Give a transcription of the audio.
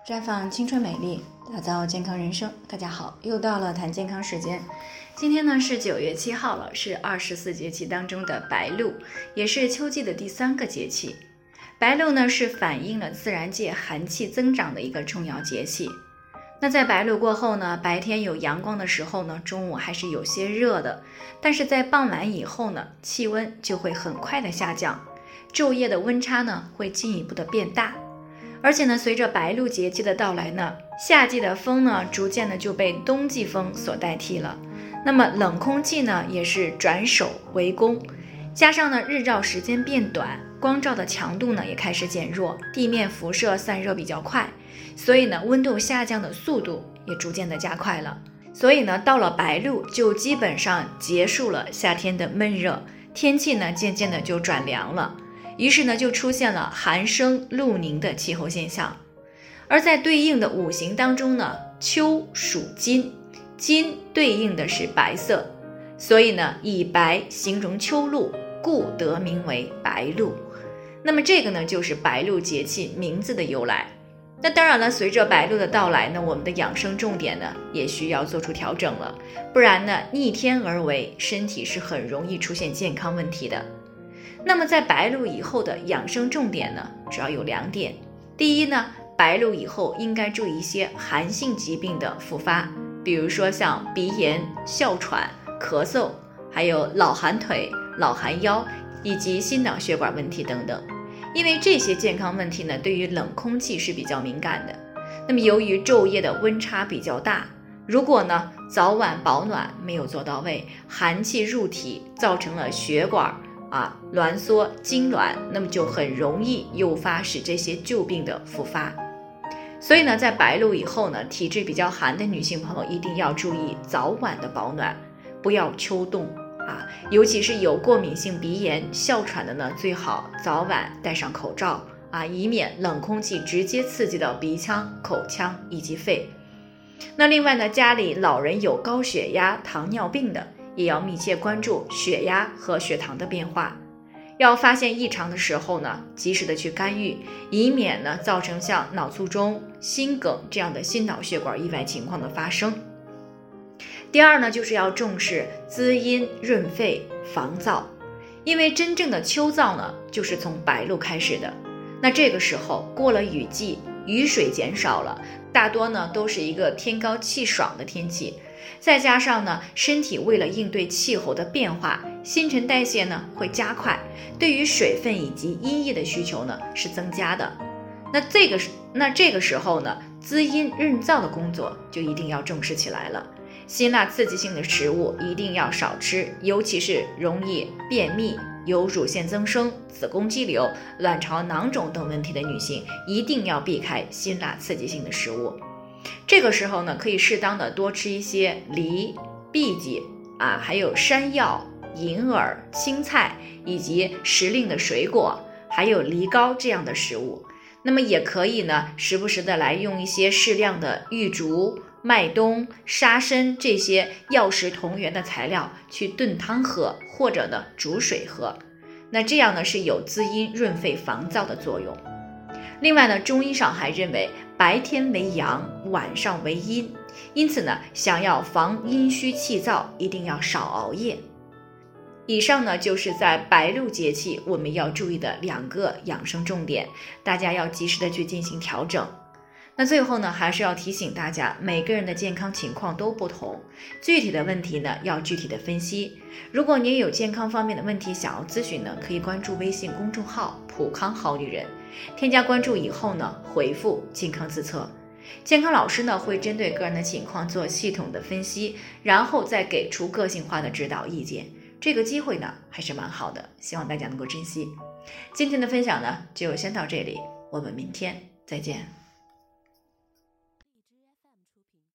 绽放青春美丽，打造健康人生。大家好，又到了谈健康时间。今天呢是9月7号了，是24节气当中的白露，也是秋季的第3个节气。白露呢是反映了自然界寒气增长的一个重要节气。那在白露过后呢，白天有阳光的时候呢，中午还是有些热的，但是在傍晚以后呢，气温就会很快的下降，昼夜的温差呢会进一步的变大。而且呢，随着白露节气的到来呢，夏季的风呢逐渐的就被冬季风所代替了。那么冷空气呢也是转守为攻，加上呢日照时间变短，光照的强度呢也开始减弱，地面辐射散热比较快，所以呢温度下降的速度也逐渐的加快了。所以呢到了白露就基本上结束了夏天的闷热，天气呢渐渐的就转凉了。于是呢就出现了寒生露凝的气候现象。而在对应的五行当中呢，秋属金，金对应的是白色，所以呢以白形容秋露，故得名为白露。那么这个呢就是白露节气名字的由来。那当然了，随着白露的到来呢，我们的养生重点呢也需要做出调整了，不然呢逆天而为，身体是很容易出现健康问题的。那么在白露以后的养生重点呢，主要有2点。第一呢，白露以后应该注意一些寒性疾病的复发，比如说像鼻炎、哮喘、咳嗽，还有老寒腿、老寒腰，以及心脑血管问题等等。因为这些健康问题呢，对于冷空气是比较敏感的。那么由于昼夜的温差比较大，如果呢早晚保暖没有做到位，寒气入体，造成了血管挛缩痉挛，那么就很容易诱发使这些旧病的复发。所以呢，在白露以后呢，体质比较寒的女性朋友一定要注意早晚的保暖，不要秋冻尤其是有过敏性鼻炎、哮喘的呢，最好早晚戴上口罩以免冷空气直接刺激到鼻腔、口腔以及肺。那另外呢，家里老人有高血压、糖尿病的，也要密切关注血压和血糖的变化，要发现异常的时候呢，及时的去干预，以免呢造成像脑卒中、心梗这样的心脑血管意外情况的发生。第二呢，就是要重视滋阴润肺防燥，因为真正的秋燥呢，就是从白露开始的。那这个时候过了雨季，雨水减少了，大多呢都是一个天高气爽的天气，再加上呢身体为了应对气候的变化，新陈代谢呢会加快，对于水分以及阴液的需求呢是增加的。那这个时候呢，滋阴润燥的工作就一定要重视起来了。辛辣刺激性的食物一定要少吃，尤其是容易便秘、有乳腺增生、子宫肌瘤、卵巢囊肿等问题的女性，一定要避开辛辣刺激性的食物。这个时候呢，可以适当的多吃一些梨、荸荠还有山药、银耳、青菜以及时令的水果，还有梨膏这样的食物。那么也可以呢，时不时的来用一些适量的玉竹、麦冬、沙参这些药食同源的材料去炖汤喝，或者呢煮水喝。那这样呢是有滋阴润肺防燥的作用。另外呢，中医上还认为白天为阳，晚上为阴，因此呢，想要防阴虚气燥，一定要少熬夜。以上呢就是在白露节气我们要注意的2个养生重点，大家要及时的去进行调整。那最后呢，还是要提醒大家，每个人的健康情况都不同，具体的问题呢要具体的分析。如果你也有健康方面的问题想要咨询呢，可以关注微信公众号普康好女人，添加关注以后呢，回复健康自测，健康老师呢会针对个人的情况做系统的分析，然后再给出个性化的指导意见。这个机会呢还是蛮好的，希望大家能够珍惜。今天的分享呢就先到这里，我们明天再见。